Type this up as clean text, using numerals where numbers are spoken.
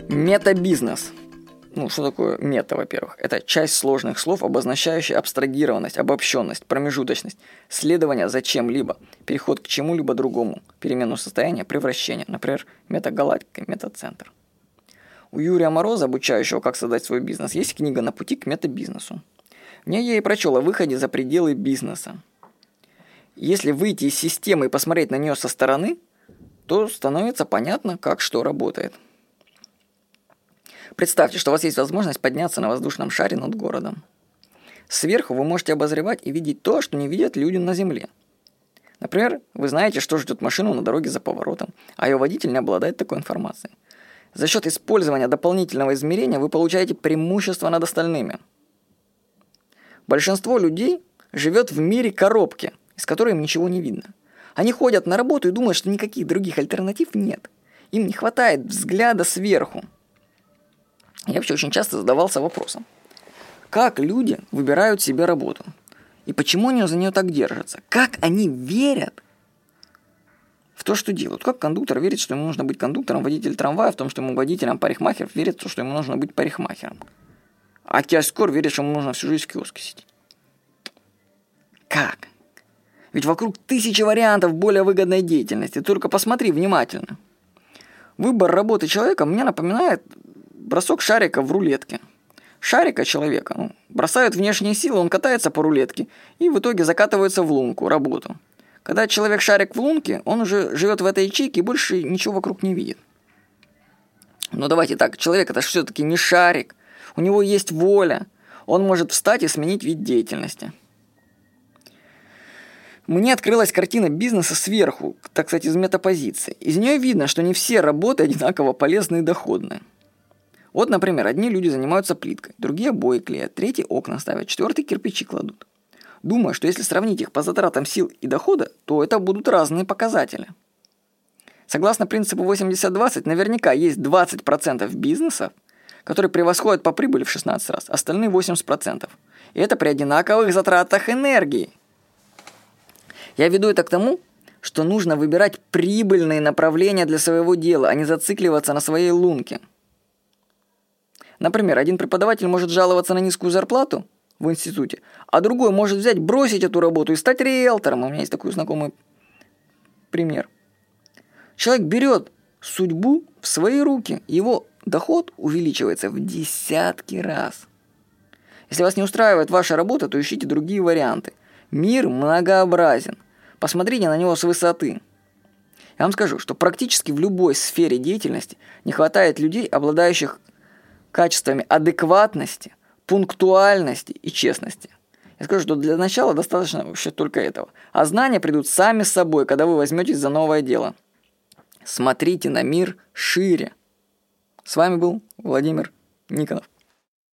Метабизнес. Что такое мета, во-первых? Это часть сложных слов, обозначающая абстрагированность, обобщенность, промежуточность, следование за чем-либо, переход к чему-либо другому, перемену состояния, превращение. Например, метагалактика, метацентр. У Юрия Мороза, обучающего, как создать свой бизнес, есть книга «На пути к метабизнесу». В ней я и прочел о выходе за пределы бизнеса. Если выйти из системы и посмотреть на нее со стороны, то становится понятно, как что работает. Представьте, что у вас есть возможность подняться на воздушном шаре над городом. Сверху вы можете обозревать и видеть то, что не видят люди на земле. Например, вы знаете, что ждет машину на дороге за поворотом, а ее водитель не обладает такой информацией. За счет использования дополнительного измерения вы получаете преимущество над остальными. Большинство людей живет в мире коробки, из которой им ничего не видно. Они ходят на работу и думают, что никаких других альтернатив нет. Им не хватает взгляда сверху. Я вообще очень часто задавался вопросом, как люди выбирают себе работу? И почему они за нее так держатся? Как они верят в то, что делают? Как кондуктор верит, что ему нужно быть кондуктором, водитель трамвая, в том, что ему водителем, парикмахер верит в то, что ему нужно быть парикмахером. А киоскер верит, что ему нужно всю жизнь в киоске сидеть. Как? Ведь вокруг тысячи вариантов более выгодной деятельности. Только посмотри внимательно. Выбор работы человека мне напоминает бросок шарика в рулетке. Шарика человека бросают внешние силы, он катается по рулетке и в итоге закатывается в лунку, работу. Когда человек шарик в лунке, он уже живет в этой ячейке и больше ничего вокруг не видит. Но давайте так, человек это все-таки не шарик. У него есть воля. Он может встать и сменить вид деятельности. Мне открылась картина бизнеса сверху, так сказать, из метапозиции. Из нее видно, что не все работы одинаково полезны и доходны. Вот, например, одни люди занимаются плиткой, другие обои клеят, третьи окна ставят, четвертые кирпичи кладут. Думаю, что если сравнить их по затратам сил и дохода, то это будут разные показатели. Согласно принципу 80-20, наверняка есть 20% бизнесов, которые превосходят по прибыли в 16 раз, остальные 80%. И это при одинаковых затратах энергии. Я веду это к тому, что нужно выбирать прибыльные направления для своего дела, а не зацикливаться на своей лунке. Например, один преподаватель может жаловаться на низкую зарплату в институте, а другой может взять, бросить эту работу и стать риэлтором. У меня есть такой знакомый пример. Человек берет судьбу в свои руки, его доход увеличивается в десятки раз. Если вас не устраивает ваша работа, то ищите другие варианты. Мир многообразен. Посмотрите на него с высоты. Я вам скажу, что практически в любой сфере деятельности не хватает людей, обладающих качествами адекватности, пунктуальности и честности. Я скажу, что для начала достаточно вообще только этого. А знания придут сами с собой, когда вы возьметесь за новое дело. Смотрите на мир шире. С вами был Владимир Никонов.